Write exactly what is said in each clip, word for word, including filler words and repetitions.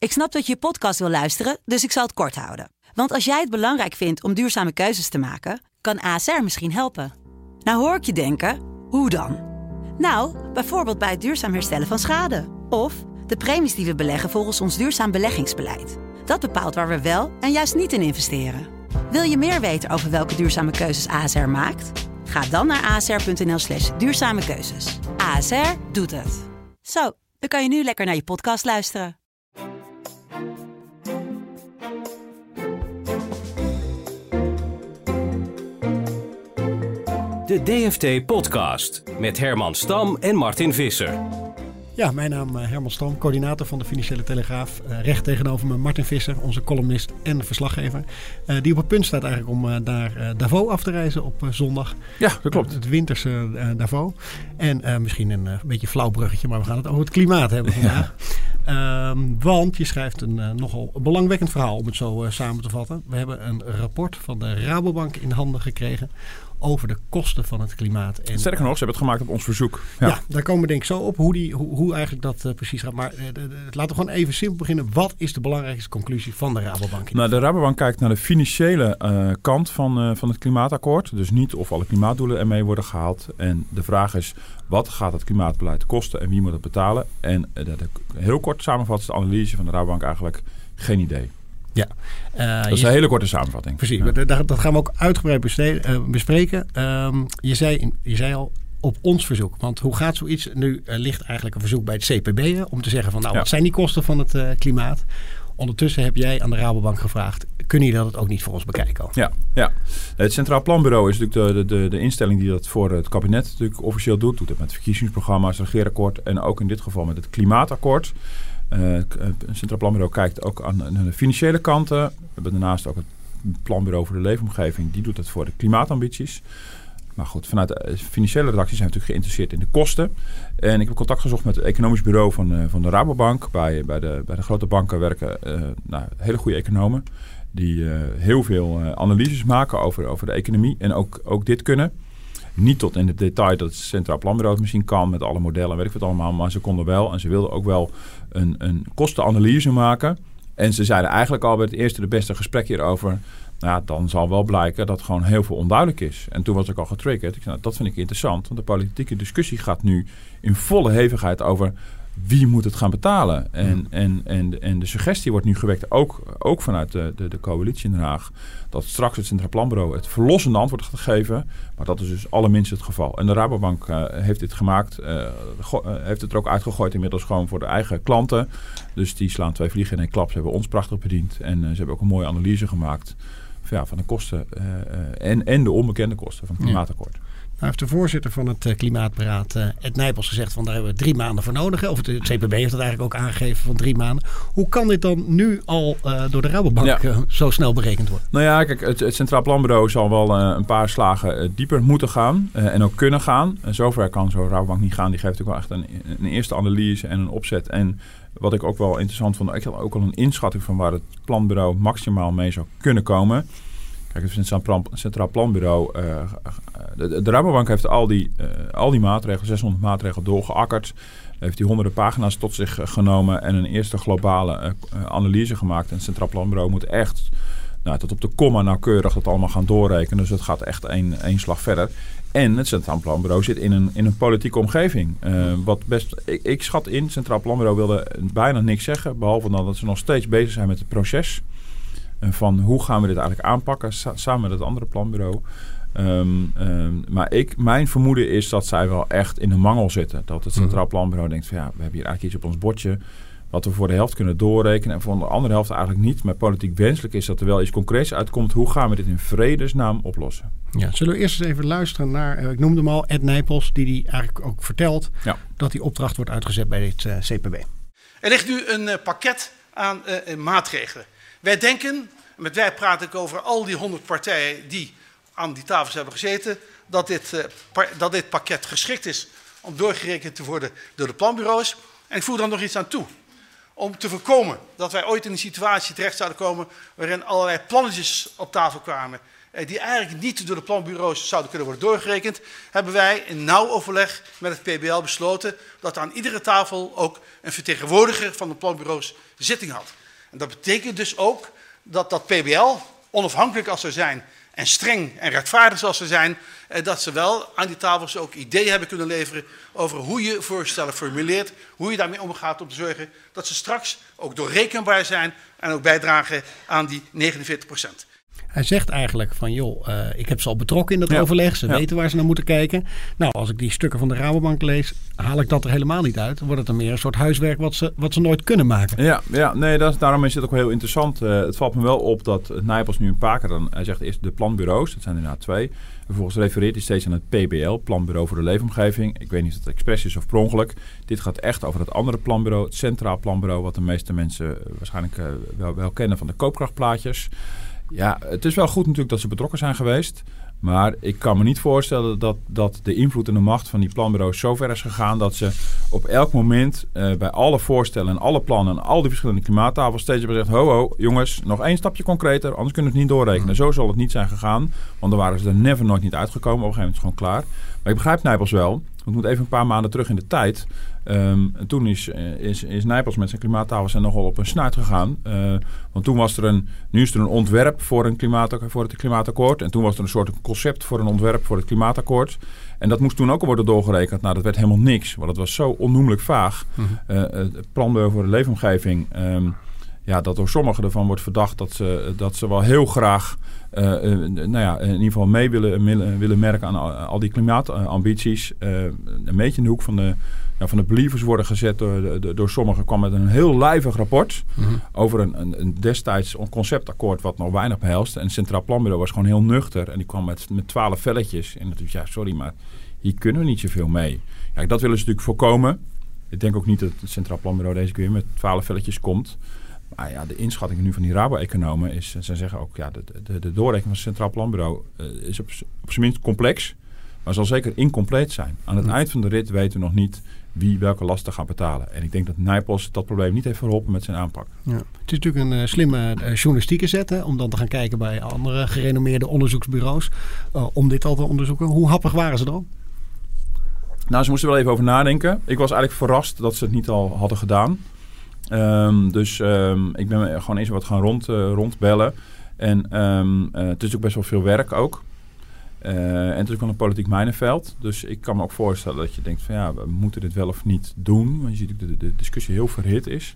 Ik snap dat je je podcast wil luisteren, dus ik zal het kort houden. Want als jij het belangrijk vindt om duurzame keuzes te maken, kan A S R misschien helpen. Nou hoor ik je denken, hoe dan? Nou, bijvoorbeeld bij het duurzaam herstellen van schade. Of de premies die we beleggen volgens ons duurzaam beleggingsbeleid. Dat bepaalt waar we wel en juist niet in investeren. Wil je meer weten over welke duurzame keuzes A S R maakt? Ga dan naar asr.nl slash duurzame keuzes. A S R doet het. Zo, dan kan je nu lekker naar je podcast luisteren. De D F T-podcast met Herman Stam en Martin Visser. Ja, mijn naam is Herman Stam, coördinator van de Financiële Telegraaf. Uh, recht tegenover me Martin Visser, onze columnist en verslaggever. Uh, die op het punt staat eigenlijk om uh, naar uh, Davos af te reizen op uh, zondag. Ja, dat klopt. Uh, het winterse uh, Davos. En uh, misschien een uh, beetje flauw bruggetje, maar we gaan het over het klimaat hebben vandaag. Ja. Um, want je schrijft een uh, nogal belangwekkend verhaal, om het zo uh, samen te vatten. We hebben een rapport van de Rabobank in handen gekregen over de kosten van het klimaat. En, Sterker nog, ze hebben het gemaakt op ons verzoek. Ja, ja daar komen we denk ik zo op hoe, die, hoe, hoe eigenlijk dat uh, precies gaat. Maar uh, de, de, laten we gewoon even simpel beginnen. Wat is de belangrijkste conclusie van de Rabobank? Nou, de Rabobank kijkt naar de financiële uh, kant van, uh, van het klimaatakkoord. Dus niet of alle klimaatdoelen ermee worden gehaald. En de vraag is, wat gaat het klimaatbeleid kosten en wie moet het betalen? En uh, de, de, heel kort samenvat is de analyse van de Rabobank eigenlijk geen idee. Ja, uh, dat is een hele korte samenvatting. Precies, ja. maar dat, dat gaan we ook uitgebreid besteden, uh, bespreken. Um, je, zei, je zei al op ons verzoek, want hoe gaat zoiets? Nu uh, ligt eigenlijk een verzoek bij het C P B uh, om te zeggen van nou, ja. wat zijn die kosten van het uh, klimaat? Ondertussen heb jij aan de Rabobank gevraagd, kunnen jullie dat ook niet voor ons bekijken? Ja, ja. Het Centraal Planbureau is natuurlijk de, de, de instelling die dat voor het kabinet natuurlijk officieel doet. Doet het met verkiezingsprogramma's, het regeerakkoord en ook in dit geval met het klimaatakkoord. Uh, het Centraal Planbureau kijkt ook aan de financiële kanten. We hebben daarnaast ook het Planbureau voor de Leefomgeving. Die doet het voor de klimaatambities. Maar goed, vanuit de financiële redactie zijn we natuurlijk geïnteresseerd in de kosten. En ik heb contact gezocht met het economisch bureau van, uh, van de Rabobank. Bij, bij, de, bij de grote banken werken uh, nou, hele goede economen. Die uh, heel veel uh, analyses maken over, over de economie. En ook, ook dit kunnen. Niet tot in het detail dat het Centraal Planbureau het misschien kan met alle modellen en weet ik wat allemaal. Maar ze konden wel en ze wilden ook wel een, een kostenanalyse maken. En ze zeiden eigenlijk al bij het eerste de beste gesprek hierover. Nou, dan zal wel blijken dat gewoon heel veel onduidelijk is. En toen was ik al getriggerd. Ik zei, nou, dat vind ik interessant. Want de politieke discussie gaat nu in volle hevigheid over wie moet het gaan betalen. En, hmm. en, en, en de suggestie wordt nu gewekt, ook, ook vanuit de, de, de coalitie in Den Haag, dat straks het Centraal Planbureau het verlossende antwoord gaat geven. Maar dat is dus allerminst het geval. En de Rabobank uh, heeft dit gemaakt, uh, go- uh, heeft het er ook uitgegooid inmiddels gewoon voor de eigen klanten. Dus die slaan twee vliegen in één klap. Ze hebben ons prachtig bediend. En uh, ze hebben ook een mooie analyse gemaakt van, ja, van de kosten uh, uh, en, en de onbekende kosten van het klimaatakkoord. Ja. Nou heeft de voorzitter van het uh, Klimaatberaad, uh, Ed Nijpels, gezegd van daar hebben we drie maanden voor nodig. Hè? Of het C P B heeft dat eigenlijk ook aangegeven van drie maanden. Hoe kan dit dan nu al uh, door de Rabobank ja. uh, zo snel berekend worden? Nou ja, kijk, het, het Centraal Planbureau zal wel uh, een paar slagen uh, dieper moeten gaan uh, en ook kunnen gaan. En zover kan zo'n Rabobank niet gaan. Die geeft ook wel echt een, een eerste analyse en een opzet. En wat ik ook wel interessant vond, ik had ook al een inschatting van waar het planbureau maximaal mee zou kunnen komen. Kijk, het Centraal Planbureau, uh, de, de Rabobank heeft al die, uh, al die maatregelen, zeshonderd maatregelen doorgeakkerd. Heeft die honderden pagina's tot zich genomen en een eerste globale uh, analyse gemaakt. En het Centraal Planbureau moet echt nou, tot op de komma nauwkeurig dat allemaal gaan doorrekenen. Dus het gaat echt één, één slag verder. En het Centraal Planbureau zit in een, in een politieke omgeving. Uh, wat best, ik, ik schat in, het Centraal Planbureau wilde bijna niks zeggen, behalve dan dat ze nog steeds bezig zijn met het proces. Van hoe gaan we dit eigenlijk aanpakken sa- samen met het andere planbureau. Um, um, maar ik, mijn vermoeden is dat zij wel echt in de mangel zitten. Dat het Centraal Planbureau denkt van ja, we hebben hier eigenlijk iets op ons bordje wat we voor de helft kunnen doorrekenen en voor de andere helft eigenlijk niet. Maar politiek wenselijk is dat er wel iets concreets uitkomt. Hoe gaan we dit in vredesnaam oplossen? Ja, zullen we eerst eens even luisteren naar, uh, ik noemde hem al, Ed Nijpels, die die eigenlijk ook vertelt ja. dat die opdracht wordt uitgezet bij dit uh, C P B. Er ligt nu een uh, pakket aan uh, maatregelen. Wij denken, met wij praat ik over al die honderd partijen die aan die tafels hebben gezeten, dat dit, uh, par, dat dit pakket geschikt is om doorgerekend te worden door de planbureaus. En ik voeg dan nog iets aan toe. Om te voorkomen dat wij ooit in een situatie terecht zouden komen waarin allerlei plannetjes op tafel kwamen die eigenlijk niet door de planbureaus zouden kunnen worden doorgerekend, hebben wij in nauw overleg met het P B L besloten dat aan iedere tafel ook een vertegenwoordiger van de planbureaus zitting had. En dat betekent dus ook dat dat P B L, onafhankelijk als ze zijn en streng en rechtvaardig zoals ze zijn, dat ze wel aan die tafels ook ideeën hebben kunnen leveren over hoe je voorstellen formuleert, hoe je daarmee omgaat om te zorgen dat ze straks ook doorrekenbaar zijn en ook bijdragen aan die negenenveertig procent. Hij zegt eigenlijk van, joh, uh, ik heb ze al betrokken in dat ja. overleg. Ze ja. weten waar ze naar moeten kijken. Nou, als ik die stukken van de Rabobank lees, haal ik dat er helemaal niet uit. Dan wordt het dan meer een soort huiswerk wat ze, wat ze nooit kunnen maken. Ja, ja nee, dat is, daarom is het ook wel heel interessant. Uh, het valt me wel op dat Nijpels nu een paar keer dan, hij zegt eerst de planbureaus, dat zijn er nou twee. Vervolgens refereert hij steeds aan het P B L, Planbureau voor de Leefomgeving. Ik weet niet of het expres is of per ongeluk. Dit gaat echt over het andere planbureau, het Centraal Planbureau, wat de meeste mensen waarschijnlijk uh, wel, wel kennen van de koopkrachtplaatjes. Ja, het is wel goed natuurlijk dat ze betrokken zijn geweest. Maar ik kan me niet voorstellen dat, dat de invloed en de macht van die planbureaus zo ver is gegaan dat ze op elk moment uh, bij alle voorstellen en alle plannen en al die verschillende klimaattafels steeds hebben gezegd: ho, ho, jongens, nog één stapje concreter, anders kunnen we het niet doorrekenen. Mm. Zo zal het niet zijn gegaan, want dan waren ze er never nooit niet uitgekomen. Op een gegeven moment is het gewoon klaar. Maar ik begrijp Nijpels wel. Ik moet even een paar maanden terug in de tijd. Um, en toen is, is, is Nijpels met zijn klimaattafels zijn nogal op een snuit gegaan. Uh, want toen was er een, nu is er een ontwerp voor, een klimaat, voor het klimaatakkoord. En toen was er een soort concept voor een ontwerp voor het klimaatakkoord. En dat moest toen ook al worden doorgerekend. Nou, dat werd helemaal niks. Want het was zo onnoemelijk vaag. Mm-hmm. Uh, het planbureau voor de leefomgeving. Um, ja, dat door sommigen ervan wordt verdacht dat ze, dat ze wel heel graag Uh, uh, nou ja, in ieder geval mee willen, willen, willen merken aan al, al die klimaatambities. Uh, een beetje in de hoek van de, ja, van de believers worden gezet door, door, door sommigen. Kwam met een heel lijvig rapport mm-hmm. over een, een, een destijds een conceptakkoord wat nog weinig behelst. En het Centraal Planbureau was gewoon heel nuchter. En die kwam met, met twaalf velletjes. En natuurlijk, ja, sorry, maar hier kunnen we niet zoveel mee. Ja, dat willen ze natuurlijk voorkomen. Ik denk ook niet dat het Centraal Planbureau deze keer met twaalf velletjes komt. Maar ja, de inschatting nu van die Rabo-economen is, ze zeggen ook, ja, de, de, de doorrekening van het Centraal Planbureau uh, is op, op zijn minst complex, maar zal zeker incompleet zijn. Aan het ja. eind van de rit weten we nog niet wie welke lasten gaat betalen. En ik denk dat Nijpels dat probleem niet heeft verholpen met zijn aanpak. Ja. Het is natuurlijk een uh, slimme uh, journalistieke zet, hè, om dan te gaan kijken bij andere gerenommeerde onderzoeksbureaus, uh, om dit al te onderzoeken. Hoe happig waren ze dan? Nou, ze moesten er wel even over nadenken. Ik was eigenlijk verrast dat ze het niet al hadden gedaan. Um, dus um, ik ben gewoon eens wat gaan rond, uh, rondbellen. En um, uh, het is ook best wel veel werk ook. Uh, en het is ook wel een politiek mijnenveld. Dus ik kan me ook voorstellen dat je denkt van ja, we moeten dit wel of niet doen. Want je ziet dat de, de discussie heel verhit is.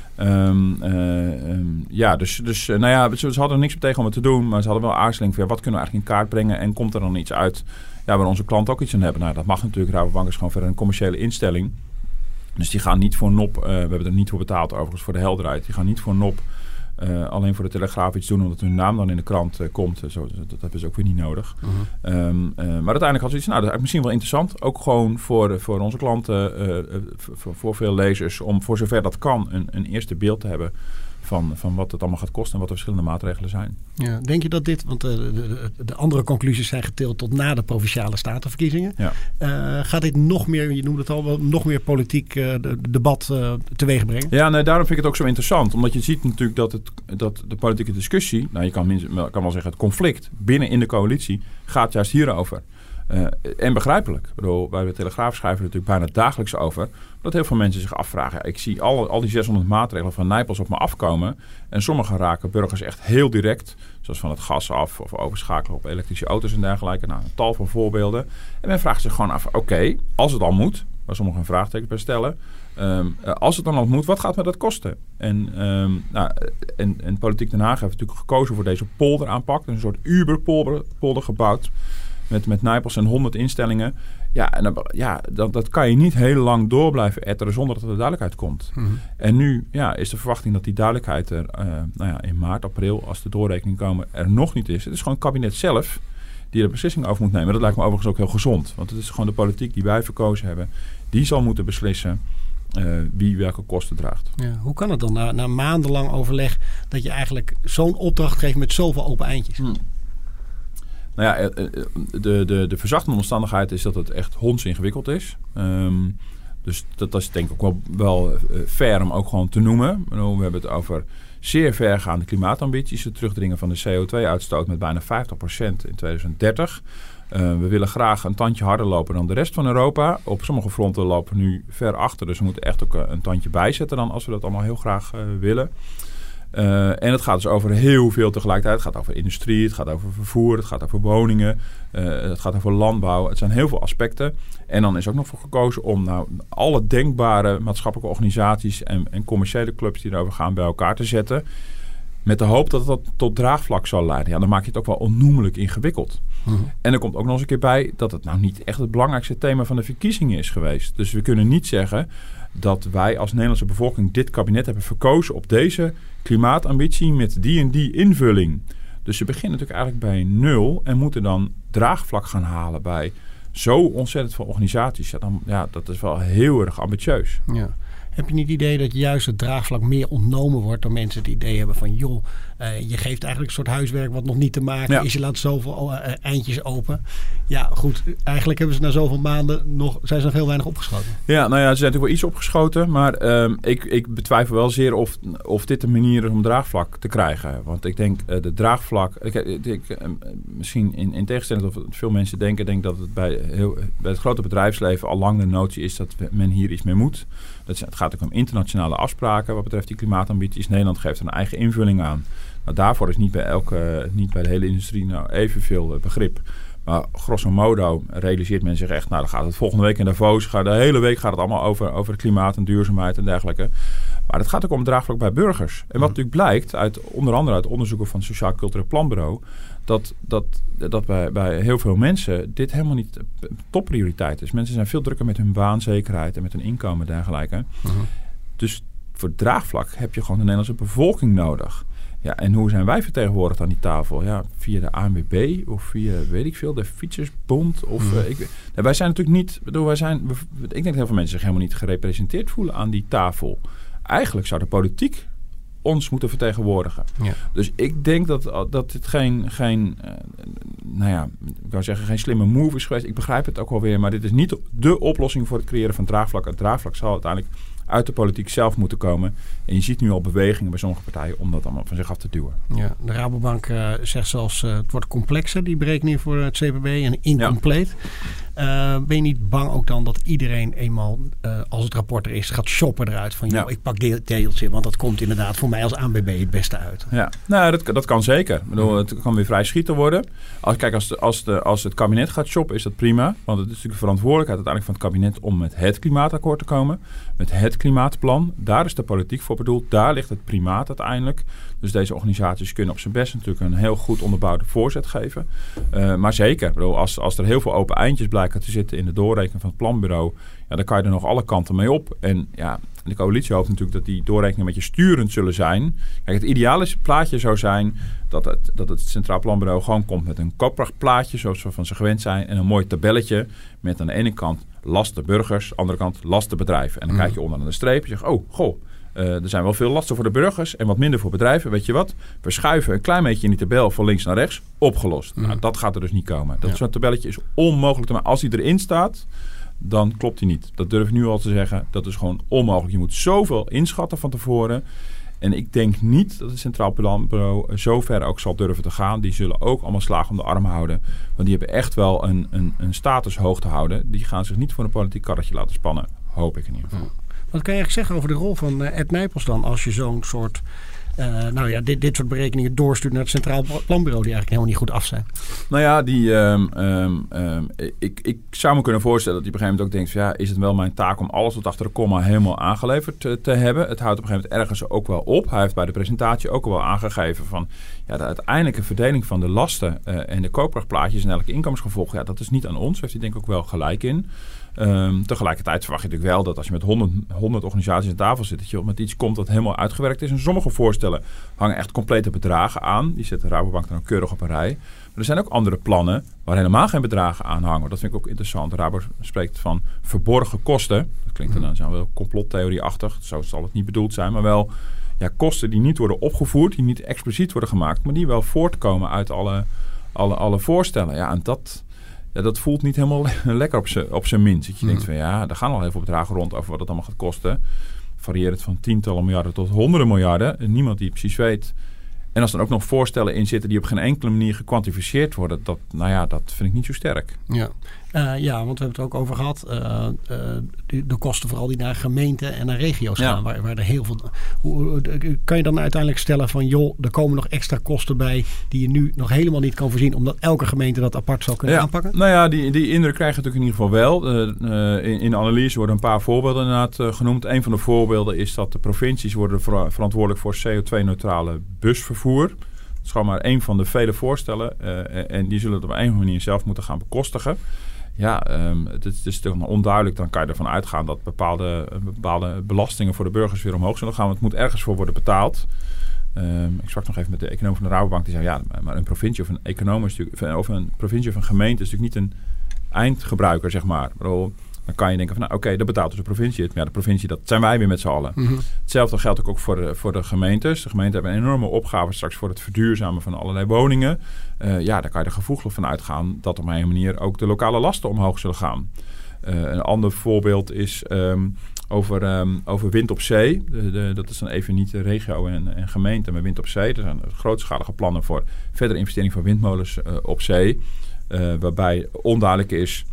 Um, uh, um, ja, dus, dus uh, nou ja, ze, ze hadden er niks op tegen om het te doen. Maar ze hadden wel aarzeling van ja, wat kunnen we eigenlijk in kaart brengen. En komt er dan iets uit ja, waar onze klanten ook iets aan hebben. Nou, dat mag natuurlijk. Rabobank is gewoon verder een commerciële instelling. Dus die gaan niet voor nop, uh, we hebben er niet voor betaald overigens voor de helderheid. Die gaan niet voor nop uh, alleen voor de Telegraaf iets doen omdat hun naam dan in de krant uh, komt. Zo, dat, dat hebben ze ook weer niet nodig. Uh-huh. Um, uh, maar uiteindelijk had ze iets, nou dat is misschien wel interessant. Ook gewoon voor, voor onze klanten, uh, voor, voor veel lezers, om voor zover dat kan een, een eerste beeld te hebben van, van wat het allemaal gaat kosten en wat de verschillende maatregelen zijn. Ja, denk je dat dit, want de, de, de andere conclusies zijn getild tot na de Provinciale Statenverkiezingen. Ja. Uh, gaat dit nog meer, je noemde het al, nog meer politiek uh, de, debat uh, teweeg brengen? Ja, nee, daarom vind ik het ook zo interessant. Omdat je ziet natuurlijk dat, het, dat de politieke discussie, nou je kan, min, kan wel zeggen het conflict binnen in de coalitie gaat juist hierover. Uh, en begrijpelijk. Ik bedoel, bij de Telegraaf schrijven we natuurlijk bijna dagelijks over. Dat heel veel mensen zich afvragen. Ja, ik zie al, al die zeshonderd maatregelen van Nijpels op me afkomen. En sommige raken burgers echt heel direct. Zoals van het gas af of overschakelen op elektrische auto's en dergelijke. Nou, een tal van voorbeelden. En men vraagt zich gewoon af, oké, okay, als het al moet. Waar sommigen een vraagteken bij stellen. Um, als het dan al moet, wat gaat me dat kosten? En, um, nou, en, en Politiek Den Haag heeft natuurlijk gekozen voor deze polderaanpak. Een soort Uber-polder gebouwd. Met, met Nijpels en honderd instellingen. Ja, en dan, ja dat, dat kan je niet heel lang door blijven etteren zonder dat er duidelijkheid komt. Mm-hmm. En nu ja, is de verwachting dat die duidelijkheid er uh, nou ja, in maart, april, als de doorrekeningen komen, er nog niet is. Het is gewoon het kabinet zelf die er beslissing over moet nemen. Dat lijkt me overigens ook heel gezond. Want het is gewoon de politiek die wij verkozen hebben. Die zal moeten beslissen uh, wie welke kosten draagt. Ja, hoe kan het dan na, na maandenlang overleg dat je eigenlijk zo'n opdracht geeft met zoveel open eindjes? Hmm. Nou ja, de, de, de verzachtende omstandigheid is dat het echt hondsingewikkeld is. Um, Dus dat, dat is denk ik ook wel, wel uh, fair om ook gewoon te noemen. We hebben het over zeer vergaande klimaatambities. Het terugdringen van de C O twee uitstoot met bijna vijftig procent in tweeduizend dertig. Uh, we willen graag een tandje harder lopen dan de rest van Europa. Op sommige fronten lopen we nu ver achter. Dus we moeten echt ook een tandje bijzetten dan als we dat allemaal heel graag uh, willen. Uh, en het gaat dus over heel veel tegelijkertijd. Het gaat over industrie, het gaat over vervoer, het gaat over woningen, uh, het gaat over landbouw. Het zijn heel veel aspecten. En dan is ook nog voor gekozen om nou alle denkbare maatschappelijke organisaties en, en commerciële clubs die erover gaan bij elkaar te zetten. Met de hoop dat dat tot draagvlak zal leiden. Ja, dan maak je het ook wel onnoemelijk ingewikkeld. Mm-hmm. En er komt ook nog eens een keer bij dat het nou niet echt het belangrijkste thema van de verkiezingen is geweest. Dus we kunnen niet zeggen dat wij als Nederlandse bevolking dit kabinet hebben verkozen op deze klimaatambitie met die en die invulling. Dus ze beginnen natuurlijk eigenlijk bij nul en moeten dan draagvlak gaan halen bij zo ontzettend veel organisaties. Ja, dan, ja, dat is wel heel erg ambitieus. Ja. Heb je niet het idee dat juist het draagvlak meer ontnomen wordt door mensen die het idee hebben van joh, uh, je geeft eigenlijk een soort huiswerk wat nog niet te maken ja. is. Je laat zoveel uh, eindjes open. Ja, goed. Eigenlijk hebben ze na zoveel maanden nog, zijn ze nog heel weinig opgeschoten. Ja, nou ja, ze zijn natuurlijk wel iets opgeschoten. Maar um, ik, ik betwijfel wel zeer of, of dit de manier is om draagvlak te krijgen. Want ik denk uh, de draagvlak, ik, ik, uh, misschien in, in tegenstelling tot veel mensen denken, denk dat het bij, heel, bij het grote bedrijfsleven al lang de notie is dat men hier iets mee moet. Dat, het gaat ook om internationale afspraken wat betreft die klimaatambities. Nederland geeft er een eigen invulling aan. Nou, daarvoor is niet bij, elke, niet bij de hele industrie nou evenveel begrip. Maar grosso modo realiseert men zich echt, nou dan gaat het volgende week in Davos, gaat de hele week gaat het allemaal over, over klimaat en duurzaamheid en dergelijke. Maar het gaat ook om draagvlak bij burgers. En wat mm. natuurlijk blijkt, uit, onder andere uit onderzoeken van het Sociaal Cultureel Planbureau, dat, dat, dat bij, bij heel veel mensen dit helemaal niet topprioriteit is. Mensen zijn veel drukker met hun baanzekerheid en met hun inkomen en dergelijke. Mm-hmm. Dus voor draagvlak heb je gewoon de Nederlandse bevolking nodig. Ja, en hoe zijn wij vertegenwoordigd aan die tafel? Ja, via de A N W B of via, weet ik veel, de Fietsersbond. Of, mm. uh, ik, nou, wij zijn natuurlijk niet, bedoel, wij zijn, ik denk dat heel veel mensen zich helemaal niet gerepresenteerd voelen aan die tafel. Eigenlijk zou de politiek ons moeten vertegenwoordigen. Ja. Dus ik denk dat, dat dit geen, geen uh, nou ja, ik wou zeggen geen slimme move is geweest. Ik begrijp het ook wel weer, maar dit is niet de oplossing voor het creëren van draagvlak. Het draagvlak zal uiteindelijk uit de politiek zelf moeten komen. En je ziet nu al bewegingen bij sommige partijen om dat allemaal van zich af te duwen. Ja, de Rabobank uh, zegt zelfs uh, het wordt complexer, die berekening voor het C P B en incompleet. Ja. Uh, ben je niet bang ook dan dat iedereen eenmaal, uh, als het rapport er is, gaat shoppen eruit van, joh, ja. ik pak dit deeltje, want dat komt inderdaad voor mij als A N B B het beste uit. Ja, nou, dat, dat kan zeker. Ik bedoel, het kan weer vrij schieten worden. Als, kijk, als, de, als, de, als het kabinet gaat shoppen, is dat prima. Want het is natuurlijk de verantwoordelijkheid uiteindelijk van het kabinet om met het klimaatakkoord te komen. Met het klimaatplan. Daar is de politiek voor bedoeld. Daar ligt het primaat uiteindelijk. Dus deze organisaties kunnen op zijn best natuurlijk een heel goed onderbouwde voorzet geven. Uh, maar zeker, ik bedoel, als, als er heel veel open eindjes blijken te zitten in de doorrekening van het planbureau, ja, dan kan je er nog alle kanten mee op. En ja, de coalitie hoopt natuurlijk dat die doorrekeningen een beetje sturend zullen zijn. Kijk, het ideale plaatje zou zijn dat het, dat het Centraal Planbureau gewoon komt met een koopkrachtplaatje, zoals we van ze gewend zijn, en een mooi tabelletje met aan de ene kant lasten burgers, aan de andere kant lasten bedrijven. En dan mm. kijk je onderaan de streep en je zegt, oh, goh, Uh, er zijn wel veel lasten voor de burgers en wat minder voor bedrijven. Weet je wat? We schuiven een klein beetje in die tabel van links naar rechts. Opgelost. Mm. Nou, dat gaat er dus niet komen. Dat ja. Zo'n tabelletje is onmogelijk te maken. Als die erin staat, dan klopt die niet. Dat durf ik nu al te zeggen. Dat is gewoon onmogelijk. Je moet zoveel inschatten van tevoren. En ik denk niet dat het Centraal Planbureau zo ver ook zal durven te gaan. Die zullen ook allemaal slagen om de arm houden. Want die hebben echt wel een, een, een status hoog te houden. Die gaan zich niet voor een politiek karretje laten spannen. Hoop ik in ieder geval. Mm. Wat kan je eigenlijk zeggen over de rol van uh, Ed Nijpels dan, als je zo'n soort, uh, nou ja, dit, dit soort berekeningen doorstuurt naar het Centraal Planbureau, die eigenlijk helemaal niet goed af zijn? Nou ja, die, um, um, um, ik, ik zou me kunnen voorstellen dat hij op een gegeven moment ook denkt van, ja, is het wel mijn taak om alles tot achter de komma helemaal aangeleverd te, te hebben? Het houdt op een gegeven moment ergens ook wel op. Hij heeft bij de presentatie ook al wel aangegeven van, ja, de uiteindelijke verdeling van de lasten uh, en de koopkrachtplaatjes en elk inkomensgevolg, ja, dat is niet aan ons. Daar heeft hij denk ik ook wel gelijk in. Um, tegelijkertijd verwacht je natuurlijk wel dat als je met honderd, honderd organisaties aan tafel zit, dat je met iets komt dat helemaal uitgewerkt is. En sommige voorstellen hangen echt complete bedragen aan. Die zet de Rabobank dan ook keurig op een rij. Maar er zijn ook andere plannen waar helemaal geen bedragen aan hangen. Dat vind ik ook interessant. De Rabo spreekt van verborgen kosten. Dat klinkt dan zo wel complottheorieachtig. Zo zal het niet bedoeld zijn. Maar wel ja, kosten die niet worden opgevoerd, die niet expliciet worden gemaakt, maar die wel voortkomen uit alle, alle, alle voorstellen. Ja, en dat... Ja, dat voelt niet helemaal lekker op zijn op zijn minst. Dat je Mm. denkt van ja, er gaan al heel veel bedragen rond over wat het allemaal gaat kosten. Varieert van tientallen miljarden tot honderden miljarden. En niemand die precies weet. En als er ook nog voorstellen in zitten die op geen enkele manier gekwantificeerd worden, dat, nou ja, dat vind ik niet zo sterk. Ja. Uh, ja, want we hebben het ook over gehad. Uh, uh, de, de kosten vooral die naar gemeenten en naar regio's Ja. gaan. Waar, waar er heel veel. Hoe, kan je dan uiteindelijk stellen van joh, er komen nog extra kosten bij die je nu nog helemaal niet kan voorzien, omdat elke gemeente dat apart zou kunnen Ja. aanpakken? Nou ja, die, die indruk krijg je natuurlijk in ieder geval wel. Uh, uh, in, in de analyse worden een paar voorbeelden inderdaad uh, genoemd. Een van de voorbeelden is dat de provincies worden ver- verantwoordelijk voor C O twee neutrale busvervoer. Dat is gewoon maar één van de vele voorstellen. Uh, en die zullen het op een of andere manier zelf moeten gaan bekostigen. Ja, um, het is, het is toch nog onduidelijk. Dan kan je ervan uitgaan dat bepaalde, bepaalde belastingen voor de burgers weer omhoog zullen gaan. Want het moet ergens voor worden betaald. Um, ik sprak nog even met de econoom van de Rabobank. Die zei, ja, maar een provincie of een econoom is natuurlijk, of een provincie of een gemeente is natuurlijk niet een eindgebruiker, zeg maar. Bedoel, dan kan je denken van, nou oké, okay, dat betaalt dus de provincie het. Maar ja, de provincie, dat zijn wij weer met z'n allen. Mm-hmm. Hetzelfde geldt ook voor de, voor de gemeentes. De gemeenten hebben een enorme opgave straks voor het verduurzamen van allerlei woningen. Uh, ja, daar kan je er gevoeglijk van uitgaan dat op een manier ook de lokale lasten omhoog zullen gaan. Uh, een ander voorbeeld is um, over, um, over wind op zee. De, de, dat is dan even niet de regio en, en gemeente, maar wind op zee. Er zijn grootschalige plannen voor verdere investering van windmolens uh, op zee. Uh, waarbij onduidelijk is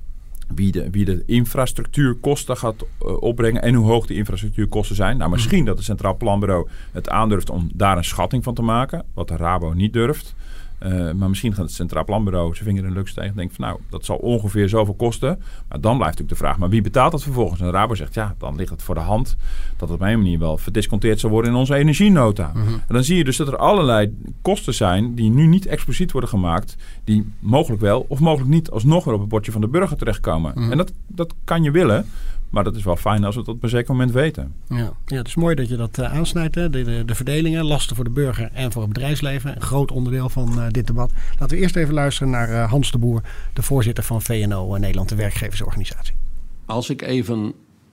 wie de, wie de infrastructuurkosten gaat uh, opbrengen en hoe hoog de infrastructuurkosten zijn. Nou, misschien dat het Centraal Planbureau het aandurft om daar een schatting van te maken, wat de Rabo niet durft. Uh, maar misschien gaat het Centraal Planbureau zijn vinger in de lucht steken en denkt van nou, dat zal ongeveer zoveel kosten. Maar dan blijft natuurlijk de vraag, maar wie betaalt dat vervolgens? En de Rabo zegt, ja, dan ligt het voor de hand dat het op een manier wel verdisconteerd zal worden in onze energienota. Mm-hmm. En dan zie je dus dat er allerlei kosten zijn die nu niet expliciet worden gemaakt, die mogelijk wel of mogelijk niet alsnog weer op het bordje van de burger terechtkomen. Mm-hmm. En dat, dat kan je willen. Maar dat is wel fijn als we dat op een zeker moment weten. Ja, ja, het is mooi dat je dat uh, aansnijdt. Hè? De, de, de verdelingen, lasten voor de burger en voor het bedrijfsleven. Een groot onderdeel van uh, dit debat. Laten we eerst even luisteren naar uh, Hans de Boer, de voorzitter van V N O, uh, Nederland, de werkgeversorganisatie. Als ik even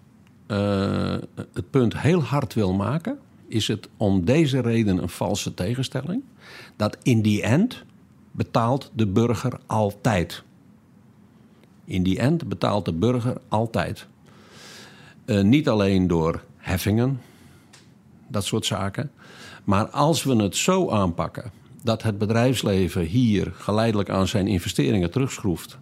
uh, het punt heel hard wil maken, is het om deze reden een valse tegenstelling. Dat in die end betaalt de burger altijd. In die end betaalt de burger altijd. Uh, niet alleen door heffingen, dat soort zaken. Maar als we het zo aanpakken dat het bedrijfsleven hier geleidelijk aan zijn investeringen terugschroeft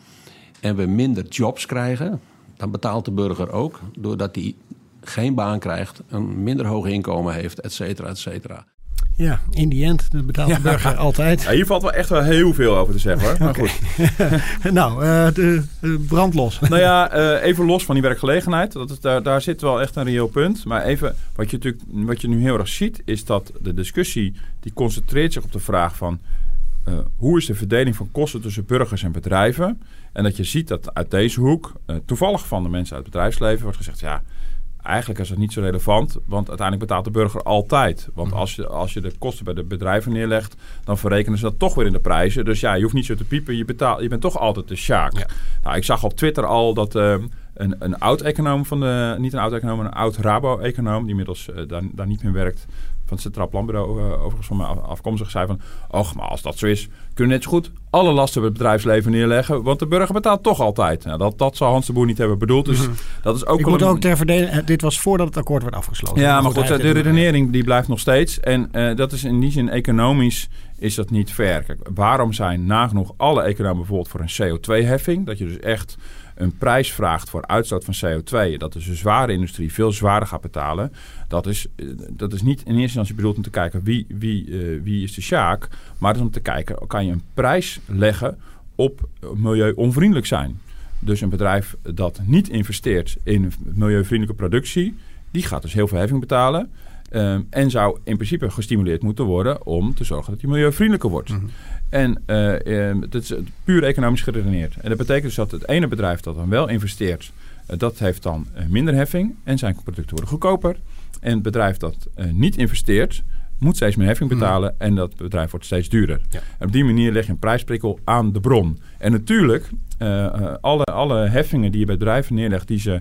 en we minder jobs krijgen, dan betaalt de burger ook doordat hij geen baan krijgt, een minder hoog inkomen heeft, et cetera, et cetera. Ja, in die end betaalt de burger ja. altijd. Ja, hier valt wel echt wel heel veel over te zeggen, hoor. Maar okay. goed. nou, uh, de, de brand los. nou ja, uh, even los van die werkgelegenheid. Dat is, daar, daar zit wel echt een reëel punt. Maar even, wat je, natuurlijk, wat je nu heel erg ziet, is dat de discussie die concentreert zich op de vraag van Uh, hoe is de verdeling van kosten tussen burgers en bedrijven? En dat je ziet dat uit deze hoek, uh, toevallig van de mensen uit het bedrijfsleven, wordt gezegd, ja, eigenlijk is dat niet zo relevant, want uiteindelijk betaalt de burger altijd. Want als je, als je de kosten bij de bedrijven neerlegt, dan verrekenen ze dat toch weer in de prijzen. Dus ja, je hoeft niet zo te piepen, je, betaalt, je bent toch altijd de sjaak. Ja. Nou, ik zag op Twitter al dat uh, een, een oud-econoom van de, niet een oud-econoom, maar een oud-Rabo-econoom, die inmiddels uh, daar, daar niet meer werkt, van het Centraal Planbureau uh, overigens van mij afkomstig, zei van, och, maar als dat zo is, kunnen we net zo goed alle lasten bij het bedrijfsleven neerleggen, want de burger betaalt toch altijd. Nou, dat, dat zal Hans de Boer niet hebben bedoeld. Dus mm-hmm. dat is ook Ik moet een... ook ter verdeling, dit was voordat het akkoord werd afgesloten. Ja, maar goed, de redenering die blijft nog steeds. En uh, dat is in die zin economisch is dat niet fair. Kijk, waarom zijn nagenoeg alle economen bijvoorbeeld voor een C O twee heffing? Dat je dus echt een prijs vraagt voor uitstoot van C O twee, dat dus de zware industrie veel zwaarder gaat betalen. Dat is, dat is niet in eerste instantie bedoeld om te kijken wie, wie, uh, wie is de sjaak, maar het is om te kijken, kan je een prijs leggen op milieu-onvriendelijk zijn. Dus een bedrijf dat niet investeert in milieuvriendelijke productie, die gaat dus heel veel heffing betalen. Um, en zou in principe gestimuleerd moeten worden om te zorgen dat die milieuvriendelijker wordt. Mm-hmm. En uh, um, dat is puur economisch geredeneerd. En dat betekent dus dat het ene bedrijf dat dan wel investeert, uh, dat heeft dan uh, minder heffing en zijn producten worden goedkoper. En het bedrijf dat uh, niet investeert, moet steeds meer heffing betalen mm. en dat bedrijf wordt steeds duurder. Ja. En op die manier leg je een prijsprikkel aan de bron. En natuurlijk, uh, uh, alle, alle heffingen die je bij bedrijven neerlegt, die ze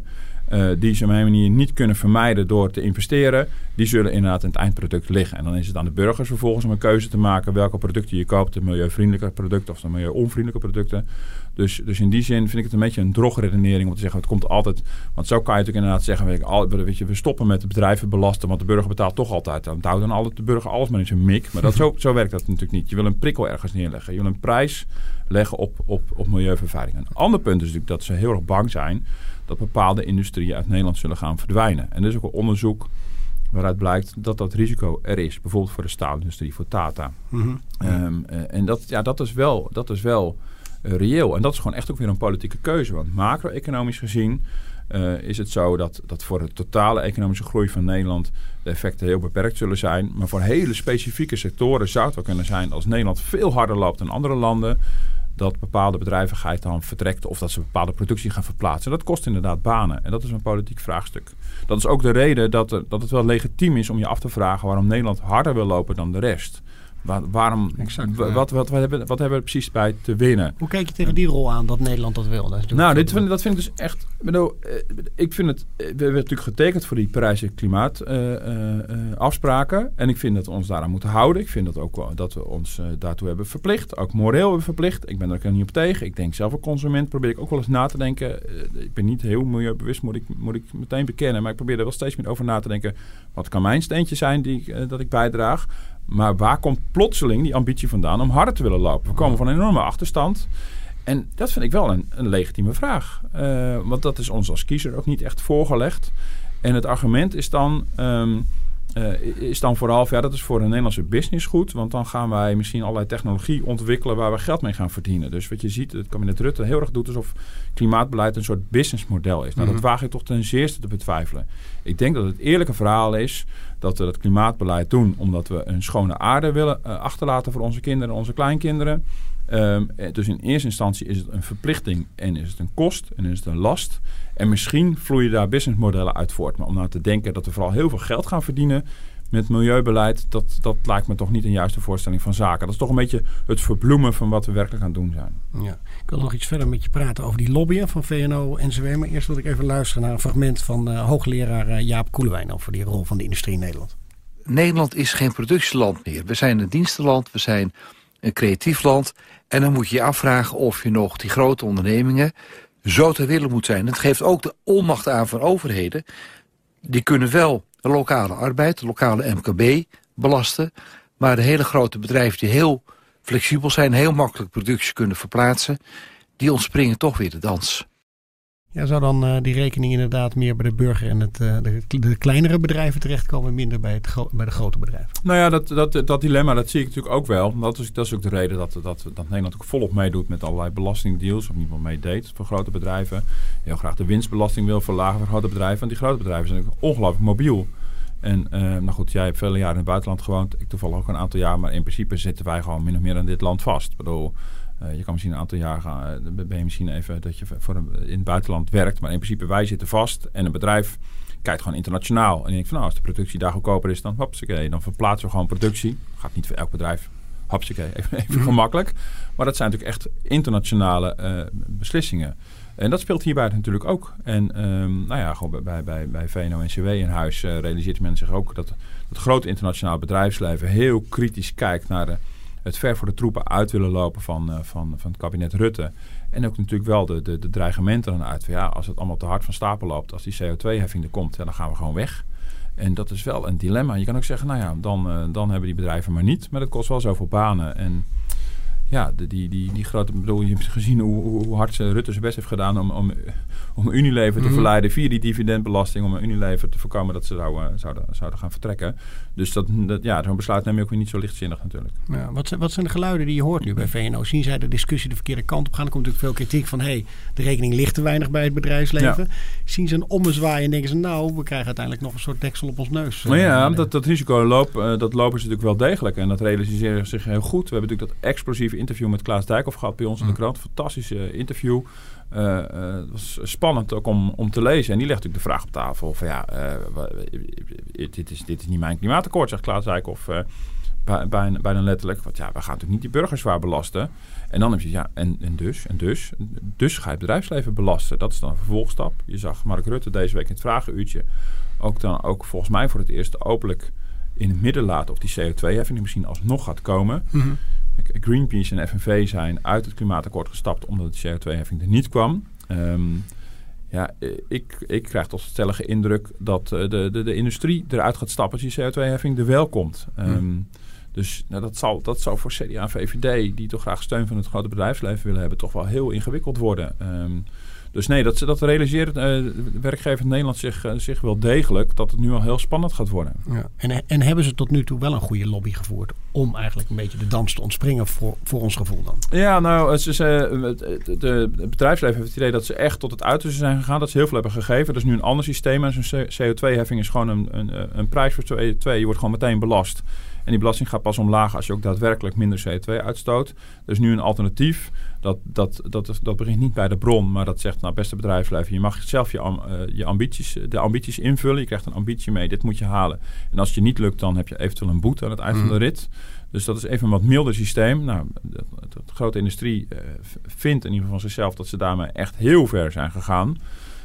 Uh, die ze op een manier niet kunnen vermijden door te investeren, die zullen inderdaad in het eindproduct liggen. En dan is het aan de burgers vervolgens om een keuze te maken welke producten je koopt, de milieuvriendelijke producten of de milieu-onvriendelijke producten. Dus, dus in die zin vind ik het een beetje een drogredenering om te zeggen, het komt altijd, want zo kan je natuurlijk inderdaad zeggen, weet ik, al, weet je, we stoppen met de bedrijven belasten, want de burger betaalt toch altijd. Dan houdt dan altijd de burger alles maar in zijn mik. Maar dat, zo, zo werkt dat natuurlijk niet. Je wil een prikkel ergens neerleggen. Je wil een prijs leggen op, op, op milieuvervuiling. Een ander punt is natuurlijk dat ze heel erg bang zijn dat bepaalde industrieën uit Nederland zullen gaan verdwijnen. En er is ook een onderzoek waaruit blijkt dat dat risico er is. Bijvoorbeeld voor de staalindustrie, voor Tata. Mm-hmm. Um, uh, en dat, ja, dat is wel, dat is wel uh, reëel. En dat is gewoon echt ook weer een politieke keuze. Want macro-economisch gezien uh, is het zo dat, dat voor de totale economische groei van Nederland de effecten heel beperkt zullen zijn. Maar voor hele specifieke sectoren zou het wel kunnen zijn als Nederland veel harder loopt dan andere landen, dat bepaalde bedrijvigheid dan vertrekt of dat ze bepaalde productie gaan verplaatsen. Dat kost inderdaad banen en dat is een politiek vraagstuk. Dat is ook de reden dat, er, dat het wel legitiem is om je af te vragen waarom Nederland harder wil lopen dan de rest. Waar, waarom, exact, w- wat, wat, wat, hebben, wat hebben we precies bij te winnen? Hoe kijk je tegen die rol aan dat Nederland dat wil? Dat is nou, dit vind, dat vind ik dus echt. Ik bedoel, ik vind het. We hebben natuurlijk getekend voor die Parijs klimaatafspraken. Uh, uh, en ik vind dat we ons daaraan moeten houden. Ik vind dat ook wel dat we ons uh, daartoe hebben verplicht. Ook moreel hebben verplicht. Ik ben er ook niet op tegen. Ik denk zelf als consument probeer ik ook wel eens na te denken. Uh, ik ben niet heel milieubewust, moet ik, moet ik meteen bekennen. Maar ik probeer er wel steeds meer over na te denken. Wat kan mijn steentje zijn die, uh, dat ik bijdraag? Maar waar komt plotseling die ambitie vandaan om harder te willen lopen? We komen van een enorme achterstand. En dat vind ik wel een, een legitieme vraag. Uh, want dat is ons als kiezer ook niet echt voorgelegd. En het argument is dan, um, uh, is dan vooral, ja, dat is voor een Nederlandse business goed. Want dan gaan wij misschien allerlei technologie ontwikkelen waar we geld mee gaan verdienen. Dus wat je ziet, het kabinet Rutte heel erg doet alsof klimaatbeleid een soort businessmodel is. Nou, dat waag ik toch ten zeerste te betwijfelen. Ik denk dat het eerlijke verhaal is dat we het klimaatbeleid doen omdat we een schone aarde willen uh, achterlaten voor onze kinderen en onze kleinkinderen. Um, dus in eerste instantie is het een verplichting en is het een kost en is het een last. En misschien vloeien daar businessmodellen uit voort. Maar om nou te denken dat we vooral heel veel geld gaan verdienen met milieubeleid, dat, dat lijkt me toch niet een juiste voorstelling van zaken. Dat is toch een beetje het verbloemen van wat we werkelijk aan het doen zijn. Ja. Ik wil nog iets verder met je praten over die lobbyen van V N O en N C W. Maar eerst wil ik even luisteren naar een fragment van uh, hoogleraar uh, Jaap Koelewijn over die rol van de industrie in Nederland. Nederland is geen productieland meer. We zijn een dienstenland, we zijn een creatief land. En dan moet je je afvragen of je nog die grote ondernemingen zo te willen moet zijn. Het geeft ook de onmacht aan van overheden. Die kunnen wel de lokale arbeid, de lokale M K B belasten. Maar de hele grote bedrijven die heel flexibel zijn, heel makkelijk productie kunnen verplaatsen, die ontspringen toch weer de dans. Ja, zou dan uh, die rekening inderdaad meer bij de burger en het, uh, de, de kleinere bedrijven terechtkomen, minder bij, het gro- bij de grote bedrijven? Nou ja, dat, dat, dat dilemma, dat zie ik natuurlijk ook wel. Dat is, dat is ook de reden dat, dat, dat Nederland ook volop meedoet met allerlei belastingdeals, of in ieder geval meedeed voor grote bedrijven. Heel graag de winstbelasting wil verlagen voor grote bedrijven, want die grote bedrijven zijn ongelooflijk mobiel. En uh, nou goed, jij hebt vele jaren in het buitenland gewoond, ik toevallig ook een aantal jaar, maar in principe zitten wij gewoon min of meer aan dit land vast. Ik bedoel, Uh, je kan misschien een aantal jaar gaan, uh, ben je misschien even dat je voor een, in het buitenland werkt. Maar in principe wij zitten vast en een bedrijf kijkt gewoon internationaal. En je denkt van nou, als de productie daar goedkoper is, dan hopsakee, dan verplaatsen we gewoon productie. Gaat niet voor elk bedrijf, hopsakee, even, even mm-hmm. gemakkelijk. Maar dat zijn natuurlijk echt internationale uh, beslissingen. En dat speelt hierbij natuurlijk ook. En um, nou ja, gewoon bij, bij, bij V N O en N C W in huis uh, realiseert men zich ook dat het grote internationale bedrijfsleven heel kritisch kijkt naar de het ver voor de troepen uit willen lopen van, uh, van, van het kabinet Rutte. En ook natuurlijk wel de, de, de dreigementen dan uit. Ja, als het allemaal te hard van stapel loopt, als die C O twee heffing er komt, ja, dan gaan we gewoon weg. En dat is wel een dilemma. Je kan ook zeggen, nou ja, dan, uh, dan hebben die bedrijven maar niet. Maar dat kost wel zoveel banen. En ja, de, die, die, die grote, bedoel, je hebt gezien hoe, hoe hard Rutte zijn best heeft gedaan om, om, om Unilever te mm-hmm. verleiden via die dividendbelasting, om Unilever te voorkomen dat ze zouden, zouden, zouden gaan vertrekken. Dus dat, dat, ja, zo'n besluit neem je ook weer niet zo lichtzinnig natuurlijk. Ja, wat, zijn, wat zijn de geluiden die je hoort nu bij V N O? Zien zij de discussie de verkeerde kant op gaan? Er komt natuurlijk veel kritiek van, hé, hey, de rekening ligt te weinig bij het bedrijfsleven. Ja. Zien ze een ommezwaai en denken ze, nou, we krijgen uiteindelijk nog een soort deksel op ons neus. Maar ja, dat, dat risico loop, uh, dat lopen ze natuurlijk wel degelijk. En dat realiseren zich heel goed. We hebben natuurlijk dat explosieve interview met Klaas Dijkhoff gehad bij ons in de krant. Fantastische interview. Uh, uh, het was spannend ook om, om te lezen. En die legt natuurlijk de vraag op tafel van ja, uh, dit, is, dit is niet mijn klimaatakkoord, zegt Klaas Dijkhoff. Uh, bij, bijna, bijna letterlijk. Want ja, we gaan natuurlijk niet die burgers zwaar belasten. En dan heb je, ja, en, en dus, en dus. Dus ga je het bedrijfsleven belasten. Dat is dan een vervolgstap. Je zag Mark Rutte deze week in het vragenuurtje ook dan ook volgens mij voor het eerst openlijk in het midden laten of die C O twee heffing misschien alsnog gaat komen. Mm-hmm. Greenpeace en F N V zijn uit het klimaatakkoord gestapt omdat de C O twee heffing er niet kwam. Um, ja, ik, ik krijg toch stellige indruk dat uh, de, de, de industrie eruit gaat stappen als die C O twee heffing er wel komt. Um, mm. Dus nou, dat, zal, dat zal voor C D A en V V D, die toch graag steun van het grote bedrijfsleven willen hebben, toch wel heel ingewikkeld worden. Um, dus nee, dat, dat realiseert uh, de werkgever in Nederland zich, uh, zich wel degelijk dat het nu al heel spannend gaat worden. Ja. En, en hebben ze tot nu toe wel een goede lobby gevoerd om eigenlijk een beetje de dans te ontspringen voor, voor ons gevoel dan? Ja, nou, het, is, uh, het, het, de, het bedrijfsleven heeft het idee dat ze echt tot het uiterste zijn gegaan, dat ze heel veel hebben gegeven. Dat is nu een ander systeem en zo'n C O twee heffing is gewoon een, een, een prijs voor C O twee. Je wordt gewoon meteen belast. En die belasting gaat pas omlaag als je ook daadwerkelijk minder C O twee uitstoot. Er is nu een alternatief. Dat, dat, dat, dat begint niet bij de bron, maar dat zegt, nou beste bedrijfsleven, je mag zelf je, uh, je ambities, de ambities invullen. Je krijgt een ambitie mee, dit moet je halen. En als het je niet lukt, dan heb je eventueel een boete aan het eind mm. van de rit. Dus dat is even een wat milder systeem. Nou, de, de, de grote industrie uh, vindt in ieder geval van zichzelf dat ze daarmee echt heel ver zijn gegaan.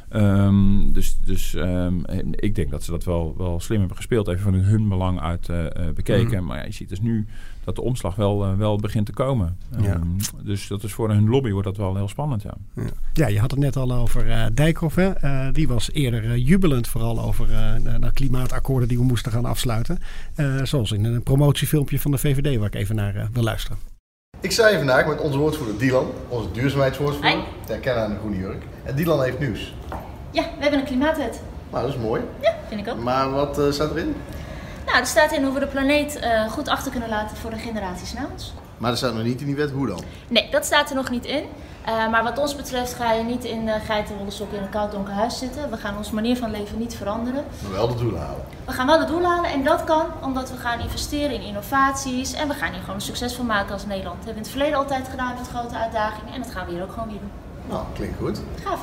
Um, dus dus um, ik denk dat ze dat wel, wel slim hebben gespeeld. Even van hun belang uit uh, bekeken. Mm. Maar ja, je ziet dus nu dat de omslag wel, uh, wel begint te komen. Um, ja. Dus dat is voor hun lobby wordt dat wel heel spannend. Ja, ja. ja je had het net al over uh, Dijkhoff. Hè? Uh, die was eerder uh, jubelend vooral over uh, de klimaatakkoorden die we moesten gaan afsluiten. Uh, zoals in een promotiefilmpje van de V V D waar ik even naar uh, wil luisteren. Ik sta hier vandaag met onze woordvoerder Dylan, onze duurzaamheidswoordvoerder. Herkennen aan de groene jurk. En Dylan heeft nieuws. Ja, we hebben een klimaatwet. Nou, dat is mooi. Ja, vind ik ook. Maar wat uh, staat erin? Nou, er staat in hoe we de planeet uh, goed achter kunnen laten voor de generaties na ons. Maar er staat nog niet in die wet hoe dan? Nee, dat staat er nog niet in. Uh, maar wat ons betreft ga je niet in uh, geitenwolle sokken in een koud donker huis zitten. We gaan onze manier van leven niet veranderen. Maar wel de doelen halen. We gaan wel de doelen halen en dat kan omdat we gaan investeren in innovaties. En we gaan hier gewoon een succes van maken als Nederland. Dat hebben we in het verleden altijd gedaan met grote uitdagingen. En dat gaan we hier ook gewoon weer doen. Nou, klinkt goed. Gaaf, hè?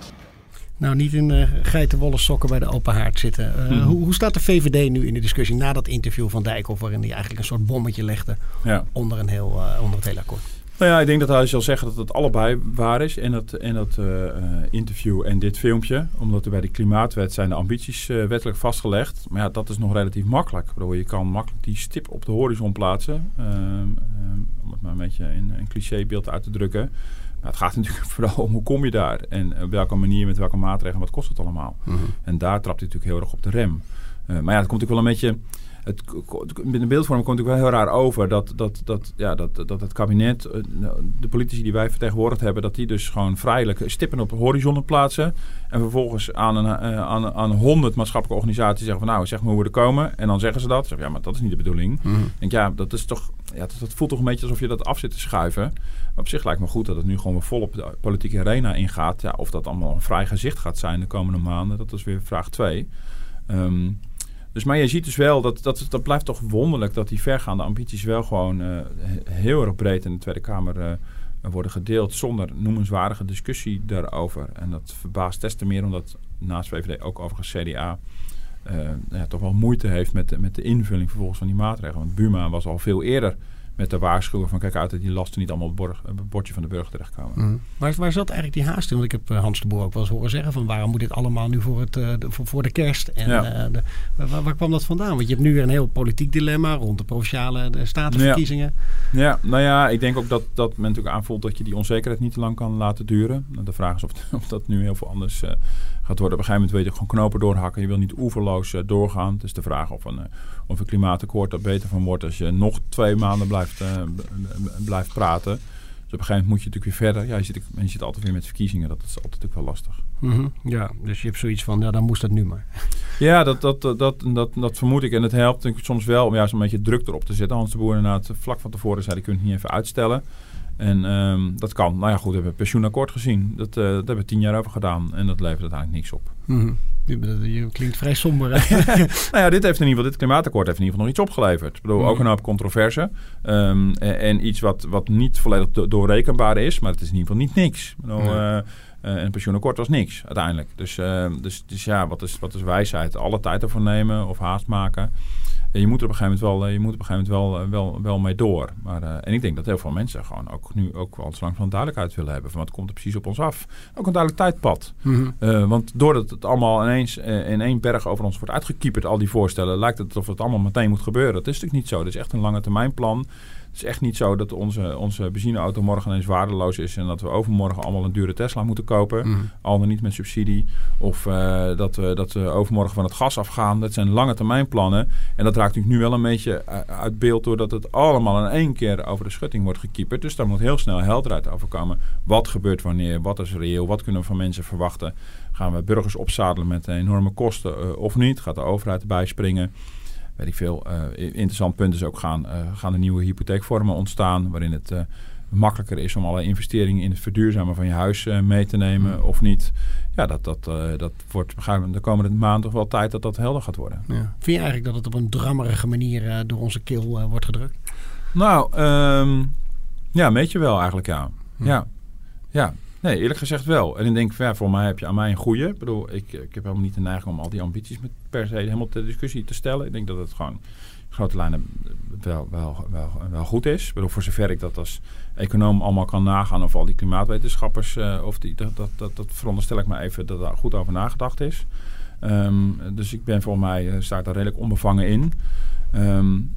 Nou, niet in uh, geitenwolle sokken bij de open haard zitten. Uh, hmm. hoe, hoe staat de V V D nu in de discussie na dat interview van Dijkhoff, waarin hij eigenlijk een soort bommetje legde ja. onder, een heel, uh, onder het hele akkoord? Nou ja, ik denk dat hij zal zeggen dat het allebei waar is in dat, in dat uh, interview en dit filmpje. Omdat er bij de klimaatwet zijn de ambities uh, wettelijk vastgelegd. Maar ja, dat is nog relatief makkelijk. Bedoel, je kan makkelijk die stip op de horizon plaatsen. Uh, um, om het maar een beetje in een clichébeeld uit te drukken. Maar het gaat natuurlijk vooral om hoe kom je daar. En op welke manier, met welke maatregelen, wat kost het allemaal. Mm-hmm. En daar trapt hij natuurlijk heel erg op de rem. Uh, maar ja, het komt natuurlijk wel een beetje... Het, met een beeldvorming komt natuurlijk wel heel raar over dat, dat, dat, ja, dat, dat het kabinet, de politici die wij vertegenwoordigd hebben, dat die dus gewoon vrijelijk stippen op de horizon plaatsen. En vervolgens aan een aan, aan honderd maatschappelijke organisaties zeggen van nou, zeg maar hoe we er komen. En dan zeggen ze dat. Zeg, ja, maar dat is niet de bedoeling. Mm-hmm. Ik denk ja, dat is toch, ja, dat, dat voelt toch een beetje alsof je dat af zit te schuiven. Maar op zich lijkt me goed dat het nu gewoon volop de politieke arena ingaat. Ja, of dat allemaal een vrij gezicht gaat zijn de komende maanden, dat is weer vraag twee. Um, Dus, maar je ziet dus wel, dat, dat, dat blijft toch wonderlijk dat die vergaande ambities wel gewoon uh, heel erg breed in de Tweede Kamer uh, worden gedeeld zonder noemenswaardige discussie daarover. En dat verbaast des te meer omdat naast V V D ook overigens C D A uh, ja, toch wel moeite heeft met de, met de invulling vervolgens van die maatregelen. Want Buma was al veel eerder met de waarschuwing van kijk uit dat die lasten niet allemaal op het, borg, op het bordje van de burger terechtkomen. Mm. Waar, waar zat eigenlijk die haast in? Want ik heb uh, Hans de Boer ook wel eens horen zeggen van waarom moet dit allemaal nu voor, het, uh, de, voor, voor de kerst? En ja. uh, de, waar, waar kwam dat vandaan? Want je hebt nu weer een heel politiek dilemma rond de provinciale de statenverkiezingen. Ja. ja, nou ja, ik denk ook dat, dat men natuurlijk aanvoelt dat je die onzekerheid niet te lang kan laten duren. De vraag is of, of dat nu heel veel anders uh, gaat worden. Op een gegeven moment wil je gewoon knopen doorhakken. Je wil niet oeverloos uh, doorgaan. Het is de vraag of een, uh, of een klimaatakkoord er beter van wordt als je nog twee maanden blijft Uh, blijft praten. Dus op een gegeven moment moet je natuurlijk weer verder. Ja, je zit, je zit altijd weer met verkiezingen. Dat is altijd natuurlijk wel lastig. Mm-hmm. Ja, dus je hebt zoiets van, ja, dan moest dat nu maar. Ja, dat, dat, dat, dat, dat, dat vermoed ik. En het helpt natuurlijk soms wel om juist een beetje druk erop te zetten. Hans de Boer inderdaad vlak van tevoren zei, die kunt het niet even uitstellen. En um, dat kan. Nou ja, goed, we hebben het pensioenakkoord gezien. Dat, uh, daar hebben we tien jaar over gedaan. En dat levert uiteindelijk niks op. Mm-hmm. Je klinkt vrij somber. nou ja, dit heeft in ieder geval, dit klimaatakkoord heeft in ieder geval nog iets opgeleverd. Ik bedoel, mm. ook een hoop controverse. Um, en, en iets wat, wat niet volledig do- doorrekenbaar is, maar het is in ieder geval niet niks. Ik bedoel, mm. uh, Uh, en een pensioenakkoord was niks uiteindelijk. Dus, uh, dus, dus ja, wat is, wat is wijsheid? Alle tijd ervoor nemen of haast maken. Ja, je moet er op een gegeven moment wel, je moet op een gegeven moment wel, wel, wel mee door. Maar, uh, en ik denk dat heel veel mensen gewoon ook nu ook wel zo lang van duidelijkheid willen hebben. Van wat komt er precies op ons af? Ook een duidelijk tijdpad. Mm-hmm. Uh, want doordat het allemaal ineens uh, in één berg over ons wordt uitgekieperd, al die voorstellen, lijkt het alsof het allemaal meteen moet gebeuren. Dat is natuurlijk niet zo. Dat is echt een lange termijn plan. Het is echt niet zo dat onze, onze benzineauto morgen ineens waardeloos is en dat we overmorgen allemaal een dure Tesla moeten kopen. Mm. Al dan niet met subsidie. Of uh, dat, we, dat we overmorgen van het gas afgaan. Dat zijn lange termijn plannen. En dat raakt natuurlijk nu wel een beetje uit beeld doordat het allemaal in één keer over de schutting wordt gekieperd. Dus daar moet heel snel helderheid over komen. Wat gebeurt wanneer? Wat is reëel? Wat kunnen we van mensen verwachten? Gaan we burgers opzadelen met enorme kosten uh, of niet? Gaat de overheid erbij springen? Weet ik veel. Uh, interessant punt is ook gaan, uh, gaan er nieuwe hypotheekvormen ontstaan waarin het uh, makkelijker is om alle investeringen in het verduurzamen van je huis uh, mee te nemen mm. of niet. Ja, dat, dat, uh, dat wordt de komende maand toch wel tijd dat dat helder gaat worden. Ja. Vind je eigenlijk dat het op een drammerige manier uh, door onze keel uh, wordt gedrukt? Nou, um, ja, een beetje wel eigenlijk, ja. Mm. Ja, ja. Nee, eerlijk gezegd wel. En ik denk, ja, voor mij heb je aan mij een goeie. Ik bedoel, ik, ik heb helemaal niet de neiging om al die ambities met per se helemaal ter discussie te stellen. Ik denk dat het gewoon in grote lijnen wel, wel, wel, wel goed is. Ik bedoel, voor zover ik dat als econoom allemaal kan nagaan of al die klimaatwetenschappers, uh, of die, dat, dat, dat, dat veronderstel ik maar even dat daar goed over nagedacht is. Um, dus ik ben volgens mij, uh, sta daar redelijk onbevangen in. Um,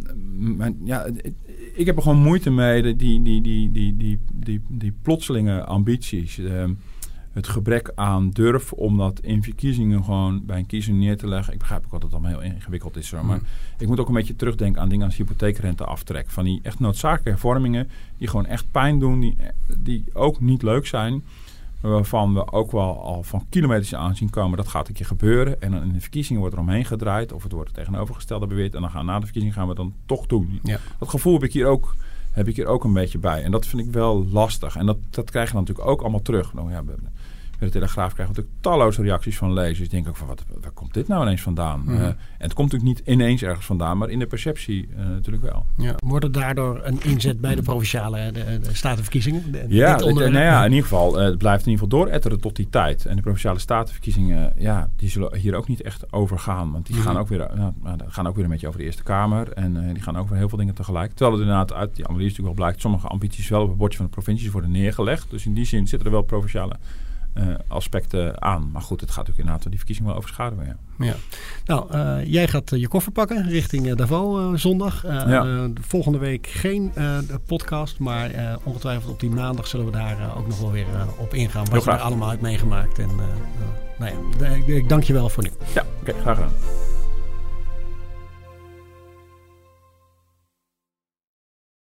maar, ja, ik heb er gewoon moeite mee, die, die, die, die, die, die, die, die plotselinge ambities. Um, het gebrek aan durf om dat in verkiezingen gewoon bij een kiezer neer te leggen. Ik begrijp ook dat het allemaal heel ingewikkeld is. Hoor. Maar mm. ik moet ook een beetje terugdenken aan dingen als hypotheekrenteaftrek. Van die echt noodzakelijke hervormingen die gewoon echt pijn doen. Die, die ook niet leuk zijn. Waarvan we ook wel al van kilometers aan zien komen. Dat gaat een keer gebeuren. En dan in de verkiezingen wordt er omheen gedraaid. Of het wordt het tegenovergestelde beweerd. En dan gaan na de verkiezingen gaan we dan toch doen. Ja. Dat gevoel heb ik hier ook... heb ik hier ook een beetje bij. En dat vind ik wel lastig. En dat, dat krijg je dan natuurlijk ook allemaal terug. Nou ja, bij de Telegraaf krijgen we natuurlijk talloze reacties van lezers. Die denken ook van, wat, waar komt dit nou ineens vandaan? Mm. Uh, en het komt natuurlijk niet ineens ergens vandaan, maar in de perceptie uh, natuurlijk wel. Ja, wordt er daardoor een inzet bij de provinciale de, de statenverkiezingen? De, ja, dit nou ja, in ieder geval. Uh, het blijft in ieder geval dooretteren tot die tijd. En de provinciale statenverkiezingen, ja, die zullen hier ook niet echt over gaan. Want die mm. gaan, ook weer, uh, gaan ook weer een beetje over de Eerste Kamer. En uh, die gaan over heel veel dingen tegelijk. Terwijl het inderdaad uit die analyse natuurlijk wel blijkt, sommige ambities wel op het bordje van de provincies worden neergelegd. Dus in die zin zitten er wel provinciale Uh, aspecten aan. Maar goed, het gaat natuurlijk inderdaad die verkiezingen wel overschaduwen. Ja. Ja. Nou, uh, jij gaat uh, je koffer pakken richting uh, Davos uh, zondag. Uh, ja. uh, volgende week geen uh, podcast, maar uh, ongetwijfeld op die maandag zullen we daar uh, ook nog wel weer uh, op ingaan. Wat je er allemaal uit meegemaakt. En uh, uh, nou ja, ik, ik dank je wel voor nu. Ja, oké, okay, graag gedaan.